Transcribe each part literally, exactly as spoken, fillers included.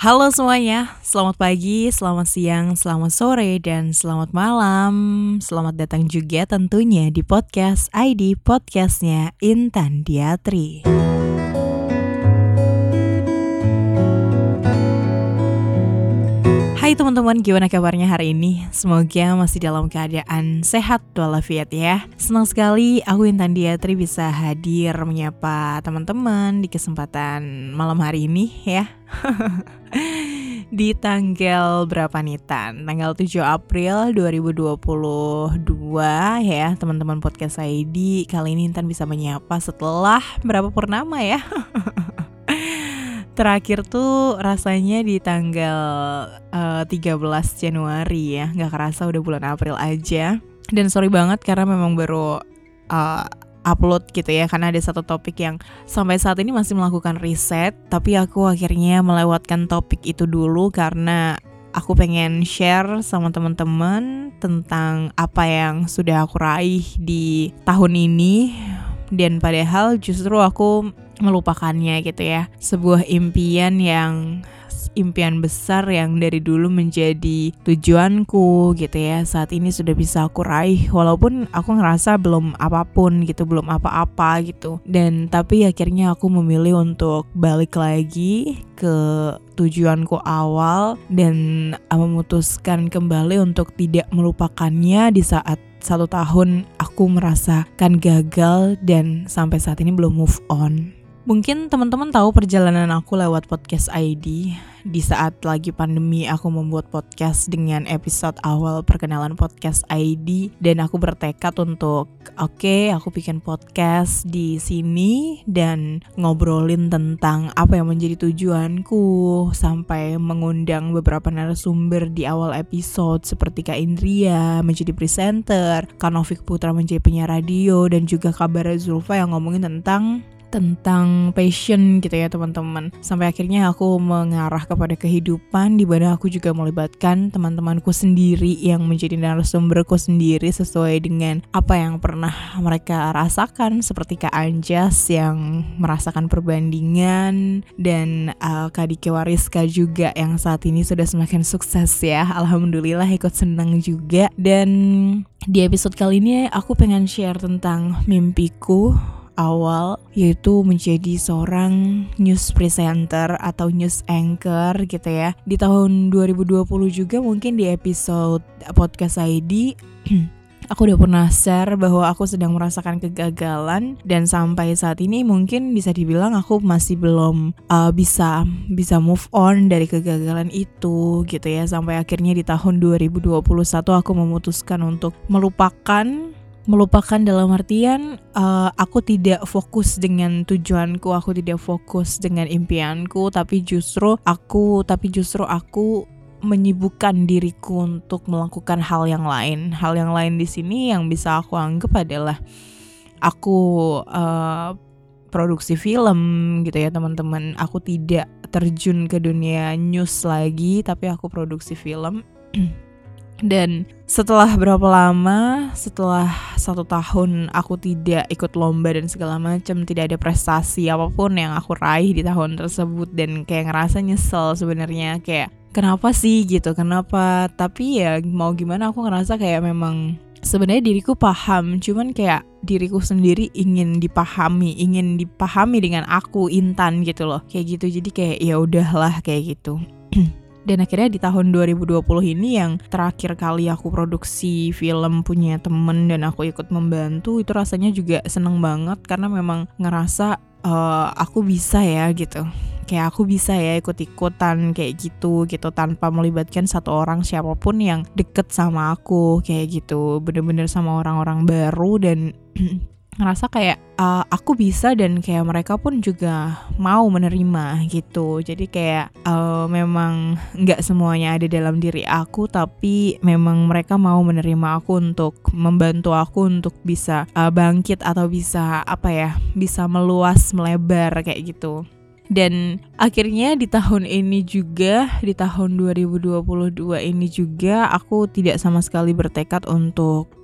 Halo semuanya, selamat pagi, selamat siang, selamat sore, dan selamat malam. Selamat datang juga tentunya di podcast I D, podcastnya Intan Diatri. Hai teman-teman, gimana kabarnya hari ini? Semoga masih dalam keadaan sehat walafiat ya. Senang sekali aku Intan Diatri bisa hadir menyapa teman-teman di kesempatan malam hari ini ya. Di tanggal berapa nih Tan? Tanggal tujuh April dua ribu dua puluh dua ya teman-teman podcast I D. Kali ini Intan bisa menyapa setelah berapa purnama ya. Terakhir tuh rasanya di tanggal uh, tiga belas Januari ya. Gak kerasa udah bulan April aja. Dan sorry banget karena memang baru uh, upload gitu ya, karena ada satu topik yang sampai saat ini masih melakukan riset. Tapi aku akhirnya melewatkan topik itu dulu karena aku pengen share sama teman-teman tentang apa yang sudah aku raih di tahun ini. Dan padahal justru aku melupakannya gitu ya. Sebuah impian yang impian besar yang dari dulu menjadi tujuanku gitu ya, saat ini sudah bisa aku raih, walaupun aku ngerasa belum apapun gitu, belum apa-apa gitu. Dan tapi akhirnya aku memilih untuk balik lagi ke tujuanku awal dan memutuskan kembali untuk tidak melupakannya di saat satu tahun aku merasakan gagal dan sampai saat ini belum move on. Mungkin teman-teman tahu perjalanan aku lewat podcast I D. Di saat lagi pandemi aku membuat podcast dengan episode awal perkenalan podcast I D. Dan aku bertekad untuk oke okay, aku bikin podcast di sini dan ngobrolin tentang apa yang menjadi tujuanku. Sampai mengundang beberapa narasumber di awal episode seperti Kak Indria menjadi presenter, Kak Novik Putra menjadi penyiar radio, dan juga Kak Bara Zulfa yang ngomongin tentang tentang passion gitu ya teman-teman. Sampai akhirnya aku mengarah kepada kehidupan di mana aku juga melibatkan teman-temanku sendiri yang menjadi narasumberku sendiri sesuai dengan apa yang pernah mereka rasakan, seperti Kak Anjas yang merasakan perbandingan, dan uh, Kak Dike Wariska juga yang saat ini sudah semakin sukses ya. Alhamdulillah ikut senang juga. Dan di episode kali ini aku pengen share tentang mimpiku awal, yaitu menjadi seorang news presenter atau news anchor gitu ya. Di tahun dua ribu dua puluh juga mungkin di episode podcast I D aku udah pernah share bahwa aku sedang merasakan kegagalan, dan sampai saat ini mungkin bisa dibilang aku masih belum uh, bisa bisa move on dari kegagalan itu gitu ya. Sampai akhirnya di tahun dua ribu dua puluh satu aku memutuskan untuk melupakan Melupakan dalam artian uh, aku tidak fokus dengan tujuanku, aku tidak fokus dengan impianku, tapi justru aku tapi justru aku menyibukkan diriku untuk melakukan hal yang lain. Hal yang lain di sini yang bisa aku anggap adalah aku uh, produksi film gitu ya teman-teman. Aku tidak terjun ke dunia news lagi, tapi aku produksi film. Dan setelah berapa lama, setelah satu tahun aku tidak ikut lomba dan segala macam, tidak ada prestasi apapun yang aku raih di tahun tersebut, dan kayak ngerasa nyesel sebenarnya, kayak kenapa sih gitu, kenapa? Tapi ya mau gimana, aku ngerasa kayak memang sebenarnya diriku paham, cuman kayak diriku sendiri ingin dipahami, ingin dipahami dengan aku Intan gitu loh, kayak gitu. Jadi kayak ya udahlah kayak gitu. Dan akhirnya di tahun dua ribu dua puluh ini yang terakhir kali aku produksi film punya temen dan aku ikut membantu, itu rasanya juga seneng banget karena memang ngerasa uh, aku bisa ya gitu. Kayak aku bisa ya ikut-ikutan kayak gitu gitu tanpa melibatkan satu orang siapapun yang deket sama aku kayak gitu. Bener-bener sama orang-orang baru, dan ngerasa kayak uh, aku bisa, dan kayak mereka pun juga mau menerima gitu. Jadi kayak uh, memang gak semuanya ada dalam diri aku, tapi memang mereka mau menerima aku untuk membantu aku untuk bisa uh, bangkit atau bisa apa ya, bisa meluas, melebar kayak gitu. Dan akhirnya di tahun ini juga, di tahun dua ribu dua puluh dua ini juga aku tidak sama sekali bertekad untuk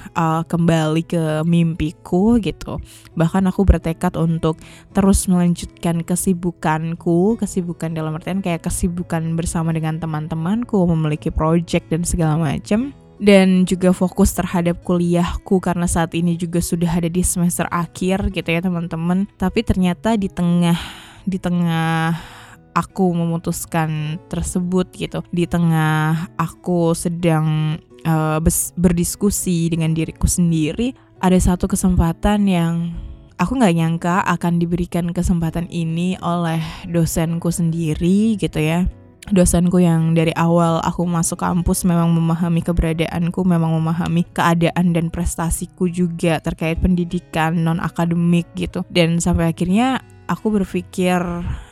uh, kembali ke mimpiku gitu. Bahkan aku bertekad untuk terus melanjutkan kesibukanku, kesibukan dalam artian kayak kesibukan bersama dengan teman-temanku, memiliki project dan segala macam. Dan juga fokus terhadap kuliahku karena saat ini juga sudah ada di semester akhir gitu ya teman-teman. Tapi ternyata di tengah di tengah aku memutuskan tersebut gitu, di tengah aku sedang uh, bes- berdiskusi dengan diriku sendiri, ada satu kesempatan yang aku nggak nyangka akan diberikan kesempatan ini oleh dosenku sendiri gitu ya. Dosenku yang dari awal aku masuk kampus memang memahami keberadaanku, memang memahami keadaan dan prestasiku juga terkait pendidikan non-akademik gitu. Dan sampai akhirnya aku berpikir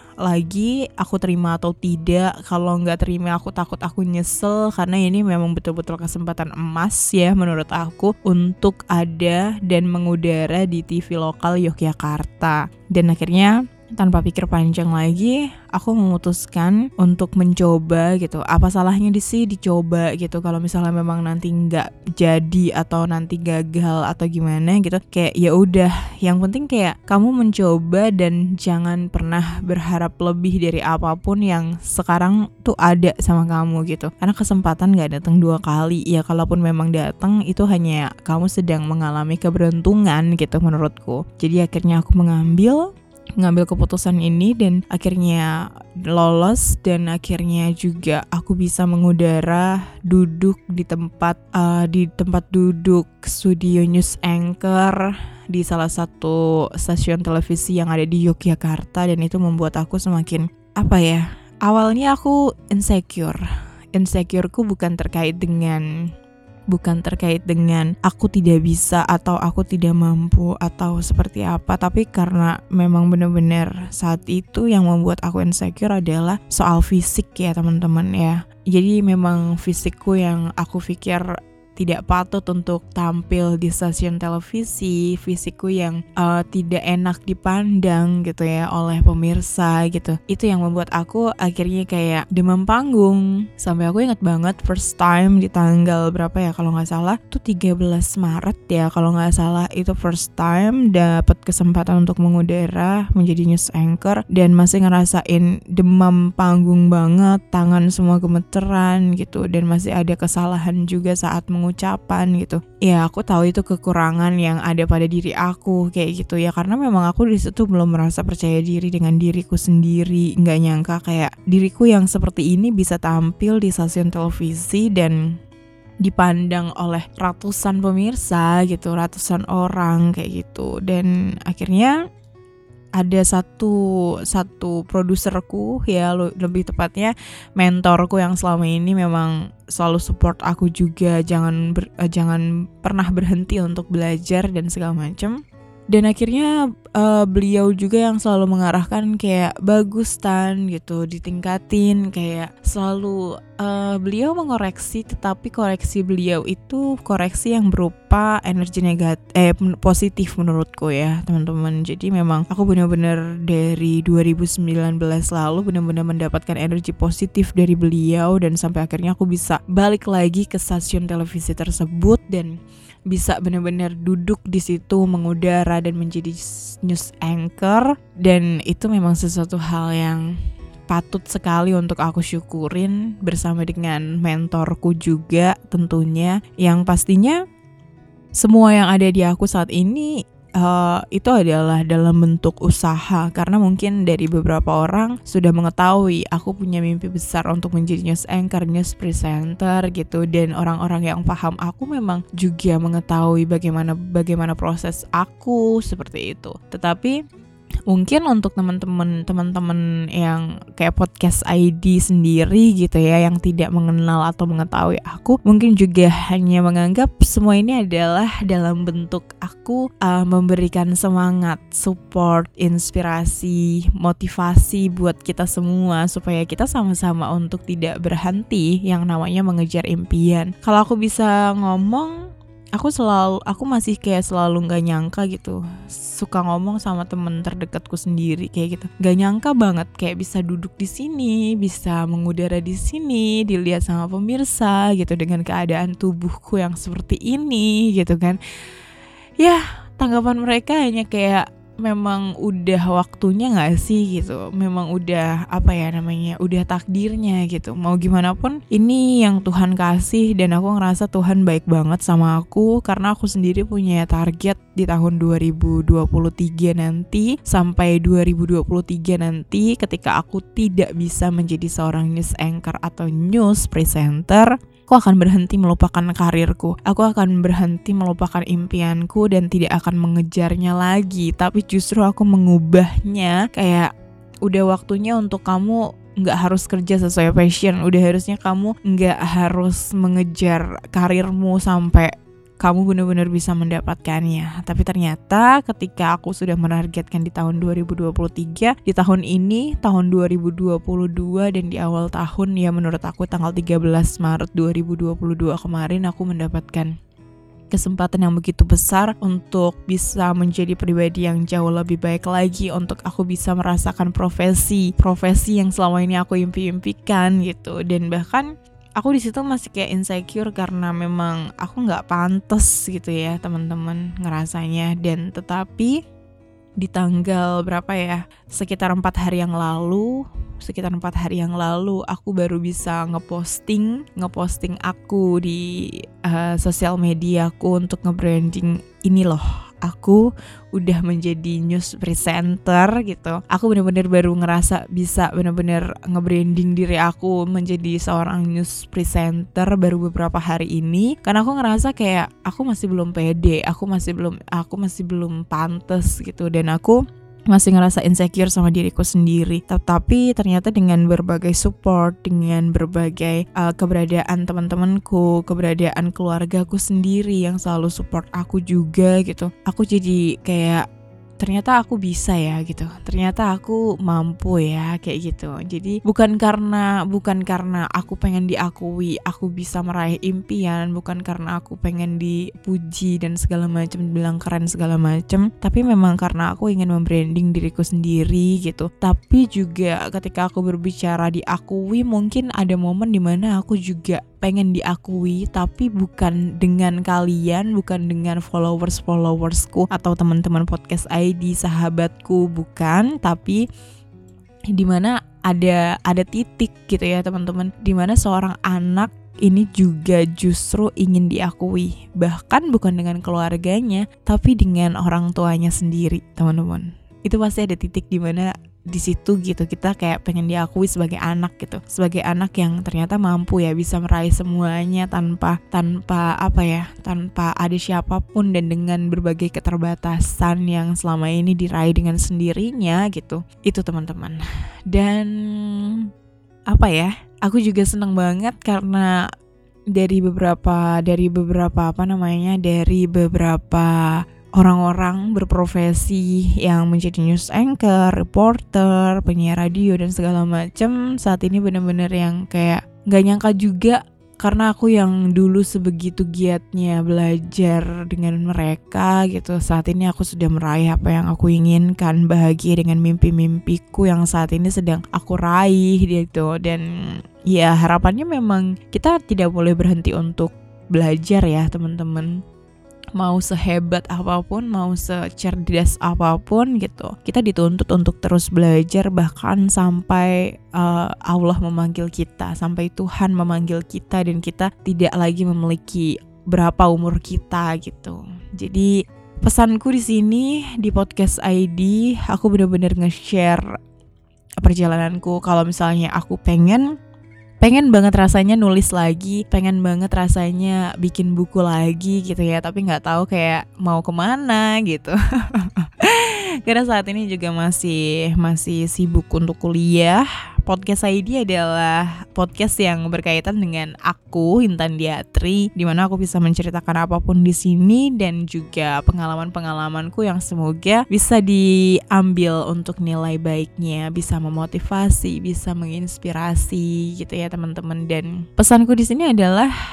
lagi aku terima atau tidak. Kalau nggak terima aku takut aku nyesel, karena ini memang betul-betul kesempatan emas ya menurut aku untuk ada dan mengudara di T V lokal Yogyakarta. Dan akhirnya tanpa pikir panjang lagi, aku memutuskan untuk mencoba gitu. Apa salahnya di sih dicoba gitu. Kalau misalnya memang nanti nggak jadi atau nanti gagal atau gimana gitu, kayak ya udah. Yang penting kayak kamu mencoba dan jangan pernah berharap lebih dari apapun yang sekarang tuh ada sama kamu gitu. Karena kesempatan nggak datang dua kali. Ya kalaupun memang datang itu hanya kamu sedang mengalami keberuntungan gitu menurutku. Jadi akhirnya aku mengambil mengambil keputusan ini dan akhirnya lolos, dan akhirnya juga aku bisa mengudara duduk di tempat uh, di tempat duduk studio news anchor di salah satu stasiun televisi yang ada di Yogyakarta. Dan itu membuat aku semakin apa ya, awalnya aku insecure insecureku bukan terkait dengan bukan terkait dengan aku tidak bisa atau aku tidak mampu atau seperti apa, tapi karena memang benar-benar saat itu yang membuat aku insecure adalah soal fisik ya teman-teman ya. Jadi memang fisikku yang aku pikir tidak patut untuk tampil di stasiun televisi, fisikku yang uh, tidak enak dipandang gitu ya oleh pemirsa gitu. Itu yang membuat aku akhirnya kayak demam panggung. Sampai aku ingat banget first time di tanggal berapa ya kalau nggak salah, tuh tiga belas Maret ya kalau nggak salah, itu first time dapat kesempatan untuk mengudara menjadi news anchor dan masih ngerasain demam panggung banget, tangan semua gemeteran gitu, dan masih ada kesalahan juga saat mengudara ucapan gitu. Ya aku tahu itu kekurangan yang ada pada diri aku kayak gitu ya, karena memang aku di situ belum merasa percaya diri dengan diriku sendiri, nggak nyangka kayak diriku yang seperti ini bisa tampil di stasiun televisi dan dipandang oleh ratusan pemirsa gitu, ratusan orang kayak gitu. Dan akhirnya ada satu satu produserku ya, lebih tepatnya mentorku yang selama ini memang selalu support aku juga, jangan ber, uh, jangan pernah berhenti untuk belajar dan segala macam. Dan akhirnya uh, beliau juga yang selalu mengarahkan kayak bagus Tan gitu, ditingkatin, kayak selalu uh, beliau mengoreksi, tetapi koreksi beliau itu koreksi yang berupa energi negatif eh positif menurutku ya teman-teman. Jadi memang aku benar-benar dari dua ribu sembilan belas lalu benar-benar mendapatkan energi positif dari beliau, dan sampai akhirnya aku bisa balik lagi ke stasiun televisi tersebut dan bisa benar-benar duduk di situ mengudara dan menjadi news anchor. Dan itu memang sesuatu hal yang patut sekali untuk aku syukurin bersama dengan mentorku juga tentunya, yang pastinya semua yang ada di aku saat ini Uh, itu adalah dalam bentuk usaha, karena mungkin dari beberapa orang sudah mengetahui aku punya mimpi besar untuk menjadi news anchor, news presenter gitu, dan orang-orang yang paham aku memang juga mengetahui bagaimana bagaimana proses aku seperti itu. Tetapi mungkin untuk teman-teman teman-teman yang kayak podcast I D sendiri gitu ya, yang tidak mengenal atau mengetahui aku, mungkin juga hanya menganggap semua ini adalah dalam bentuk aku uh, memberikan semangat, support, inspirasi, motivasi buat kita semua supaya kita sama-sama untuk tidak berhenti yang namanya mengejar impian. Kalau aku bisa ngomong, aku selalu aku masih kayak selalu nggak nyangka gitu, suka ngomong sama temen terdekatku sendiri kayak gitu, nggak nyangka banget kayak bisa duduk di sini, bisa mengudara di sini, dilihat sama pemirsa gitu dengan keadaan tubuhku yang seperti ini gitu kan. Ya, tanggapan mereka hanya kayak memang udah waktunya gak sih gitu, memang udah apa ya namanya, udah takdirnya gitu, mau gimana pun ini yang Tuhan kasih. Dan aku ngerasa Tuhan baik banget sama aku, karena aku sendiri punya target di tahun dua ribu dua puluh tiga nanti, sampai dua ribu dua puluh tiga nanti ketika aku tidak bisa menjadi seorang news anchor atau news presenter, aku akan berhenti melupakan karirku, aku akan berhenti melupakan impianku dan tidak akan mengejarnya lagi, tapi justru aku mengubahnya kayak udah waktunya untuk kamu nggak harus kerja sesuai passion, udah harusnya kamu nggak harus mengejar karirmu sampai kamu benar-benar bisa mendapatkannya. Tapi ternyata ketika aku sudah menargetkan di tahun dua ribu dua puluh tiga, di tahun ini, tahun dua ribu dua puluh dua, dan di awal tahun ya menurut aku tanggal tiga belas Maret dua ribu dua puluh dua kemarin, aku mendapatkan kesempatan yang begitu besar untuk bisa menjadi pribadi yang jauh lebih baik lagi, untuk aku bisa merasakan profesi profesi yang selama ini aku impi-impikan gitu. Dan bahkan aku di situ masih kayak insecure karena memang aku nggak pantas gitu ya teman-teman ngerasanya. Dan tetapi di tanggal berapa ya, sekitar empat hari yang lalu sekitar empat hari yang lalu aku baru bisa ngeposting ngeposting aku di uh, sosial mediaku untuk nge-branding ini loh, aku udah menjadi news presenter gitu. Aku benar-benar baru ngerasa bisa benar-benar nge-branding diri aku menjadi seorang news presenter baru beberapa hari ini, karena aku ngerasa kayak aku masih belum pede, aku masih belum aku masih belum pantas gitu, dan aku masih ngerasa insecure sama diriku sendiri. Tetapi ternyata dengan berbagai support, dengan berbagai uh, keberadaan teman-temanku, keberadaan keluargaku sendiri yang selalu support aku juga gitu, aku jadi kayak ternyata aku bisa ya gitu, ternyata aku mampu ya kayak gitu. Jadi bukan karena bukan karena aku pengen diakui aku bisa meraih impian, bukan karena aku pengen dipuji dan segala macam, bilang keren segala macam, tapi memang karena aku ingin membranding diriku sendiri gitu. Tapi juga ketika aku berbicara diakui, mungkin ada momen dimana aku juga pengen diakui, tapi bukan dengan kalian, bukan dengan followers-followersku atau teman-teman podcast I D, sahabatku, bukan, tapi dimana ada ada titik gitu ya teman-teman, dimana seorang anak ini juga justru ingin diakui, bahkan bukan dengan keluarganya, tapi dengan orang tuanya sendiri, teman-teman. Itu pasti ada titik dimana di situ gitu kita kayak pengen diakui sebagai anak gitu, sebagai anak yang ternyata mampu ya bisa meraih semuanya tanpa tanpa apa ya tanpa ada siapapun dan dengan berbagai keterbatasan yang selama ini diraih dengan sendirinya gitu. Itu teman-teman. Dan apa ya, aku juga seneng banget karena dari beberapa dari beberapa apa namanya dari beberapa orang-orang berprofesi yang menjadi news anchor, reporter, penyiar radio dan segala macam saat ini benar-benar yang kayak nggak nyangka juga, karena aku yang dulu sebegitu giatnya belajar dengan mereka gitu, saat ini aku sudah meraih apa yang aku inginkan, bahagia dengan mimpi-mimpiku yang saat ini sedang aku raih gitu. Dan ya harapannya memang kita tidak boleh berhenti untuk belajar ya teman-teman. Mau sehebat apapun, mau secerdas apapun gitu, kita dituntut untuk terus belajar, bahkan sampai uh, Allah memanggil kita, sampai Tuhan memanggil kita dan kita tidak lagi memiliki berapa umur kita gitu. Jadi pesanku di sini di podcast I D, aku benar-benar nge-share perjalananku. Kalau misalnya aku pengen Pengen banget rasanya nulis lagi, pengen banget rasanya bikin buku lagi gitu ya, tapi gak tahu kayak mau kemana gitu. Karena saat ini juga masih masih sibuk untuk kuliah. Podcast I D adalah podcast yang berkaitan dengan aku, Intan Diatri, di mana aku bisa menceritakan apapun di sini dan juga pengalaman-pengalamanku yang semoga bisa diambil untuk nilai baiknya, bisa memotivasi, bisa menginspirasi gitu ya teman-teman. Dan pesanku di sini adalah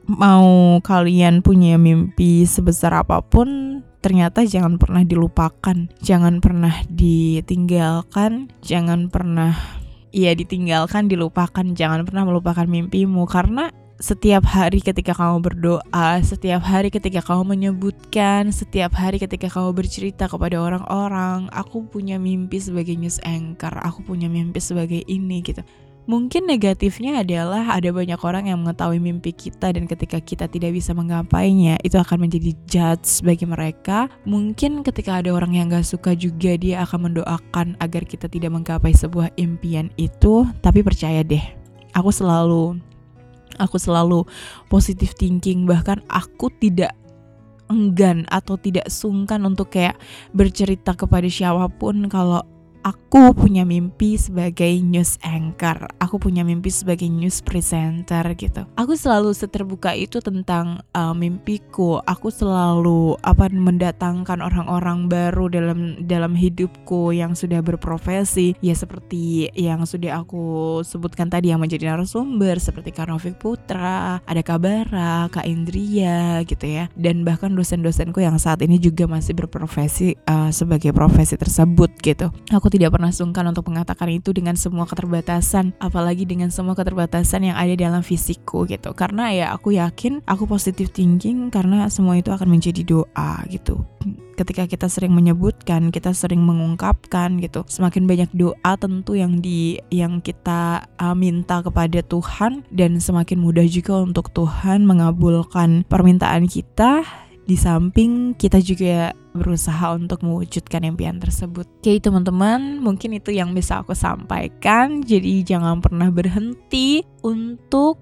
mau kalian punya mimpi sebesar apapun, ternyata jangan pernah dilupakan, jangan pernah ditinggalkan, jangan pernah ya ditinggalkan, dilupakan, jangan pernah melupakan mimpimu. Karena setiap hari ketika kamu berdoa, setiap hari ketika kamu menyebutkan, setiap hari ketika kamu bercerita kepada orang-orang, aku punya mimpi sebagai news anchor, aku punya mimpi sebagai ini gitu. Mungkin negatifnya adalah ada banyak orang yang mengetahui mimpi kita, dan ketika kita tidak bisa menggapainya, itu akan menjadi judge bagi mereka. Mungkin ketika ada orang yang gak suka juga, dia akan mendoakan agar kita tidak menggapai sebuah impian itu. Tapi percaya deh, aku selalu aku selalu positive thinking. Bahkan aku tidak enggan atau tidak sungkan untuk kayak bercerita kepada siapapun kalau aku punya mimpi sebagai news anchor, aku punya mimpi sebagai news presenter gitu. Aku selalu seterbuka itu tentang uh, mimpiku. Aku selalu apa mendatangkan orang-orang baru dalam dalam hidupku yang sudah berprofesi, ya seperti yang sudah aku sebutkan tadi yang menjadi narasumber, seperti Kak Novik Putra, ada Kak Bara, Kak Indria gitu ya. Dan bahkan dosen-dosenku yang saat ini juga masih berprofesi uh, sebagai profesi tersebut gitu. Aku tidak pernah sungkan untuk mengatakan itu dengan semua keterbatasan, apalagi dengan semua keterbatasan yang ada dalam fisikku gitu. Karena ya aku yakin, aku positive thinking karena semua itu akan menjadi doa gitu. Ketika kita sering menyebutkan, kita sering mengungkapkan gitu, semakin banyak doa tentu yang di yang kita uh, minta kepada Tuhan, dan semakin mudah juga untuk Tuhan mengabulkan permintaan kita. Di samping kita juga berusaha untuk mewujudkan impian tersebut. Oke teman-teman, mungkin itu yang bisa aku sampaikan. Jadi jangan pernah berhenti untuk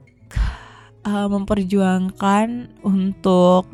uh, memperjuangkan untuk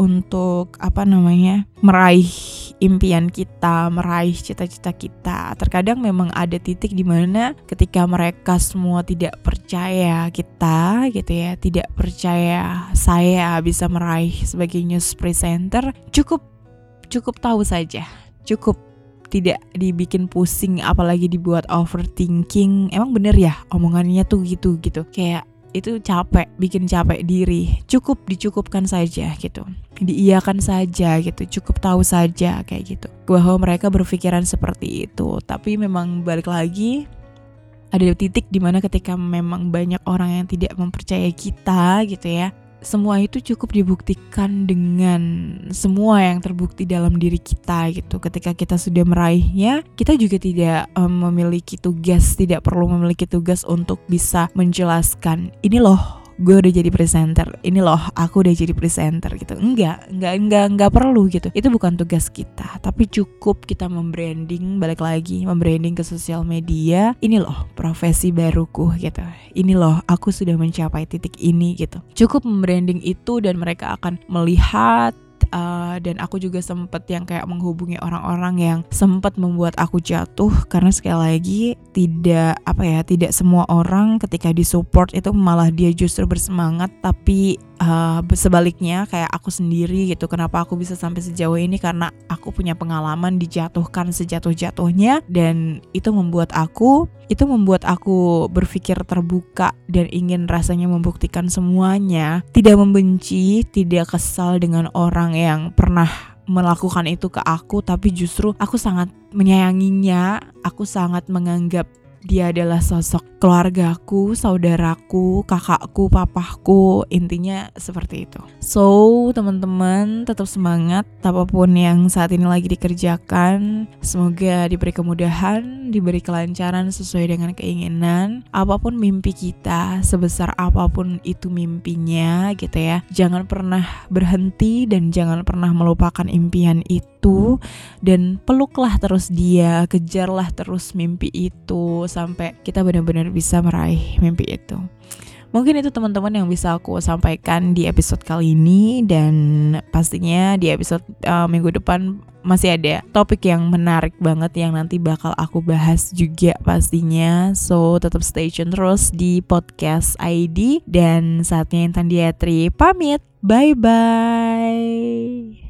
untuk apa namanya meraih impian kita, meraih cita-cita kita. Terkadang memang ada titik di mana ketika mereka semua tidak percaya kita gitu ya, tidak percaya saya bisa meraih sebagai news presenter, cukup cukup tahu saja, cukup tidak dibikin pusing, apalagi dibuat overthinking. Emang bener ya omongannya tuh gitu gitu, kayak itu capek, bikin capek diri. Cukup dicukupkan saja gitu, diiyakan saja gitu, cukup tahu saja kayak gitu bahwa mereka berpikiran seperti itu. Tapi memang balik lagi, ada titik dimana ketika memang banyak orang yang tidak mempercayai kita gitu ya, semua itu cukup dibuktikan dengan semua yang terbukti dalam diri kita gitu. Ketika kita sudah meraihnya, kita juga tidak um, memiliki tugas, tidak perlu memiliki tugas untuk bisa menjelaskan, ini loh gue udah jadi presenter, ini loh aku udah jadi presenter gitu. Enggak, enggak, enggak, enggak perlu gitu. Itu bukan tugas kita, tapi cukup kita membranding, balik lagi, membranding ke sosial media. Ini loh profesi baruku gitu. Ini loh aku sudah mencapai titik ini gitu. Cukup membranding itu dan mereka akan melihat. Uh, dan aku juga sempet yang kayak menghubungi orang-orang yang sempet membuat aku jatuh, karena sekali lagi tidak apa ya tidak semua orang ketika disupport itu malah dia justru bersemangat, tapi uh, sebaliknya kayak aku sendiri gitu. Kenapa aku bisa sampai sejauh ini? Karena aku punya pengalaman dijatuhkan sejatuh-jatuhnya, dan itu membuat aku itu membuat aku berpikir terbuka dan ingin rasanya membuktikan semuanya, tidak membenci, tidak kesal dengan orang yang pernah melakukan itu ke aku, tapi justru aku sangat menyayanginya, aku sangat menganggap dia adalah sosok keluargaku, saudaraku, kakakku, papahku, intinya seperti itu. So, teman-teman tetap semangat apapun yang saat ini lagi dikerjakan. Semoga diberi kemudahan, diberi kelancaran sesuai dengan keinginan. Apapun mimpi kita, sebesar apapun itu mimpinya gitu ya. Jangan pernah berhenti dan jangan pernah melupakan impian itu, dan peluklah terus dia, kejarlah terus mimpi itu sampai kita benar-benar bisa meraih mimpi itu. Mungkin itu teman-teman yang bisa aku sampaikan di episode kali ini, dan pastinya di episode uh, minggu depan masih ada topik yang menarik banget yang nanti bakal aku bahas juga pastinya. So tetap stay tune terus di podcast I D, dan saatnya Intan Diatri pamit. Bye bye.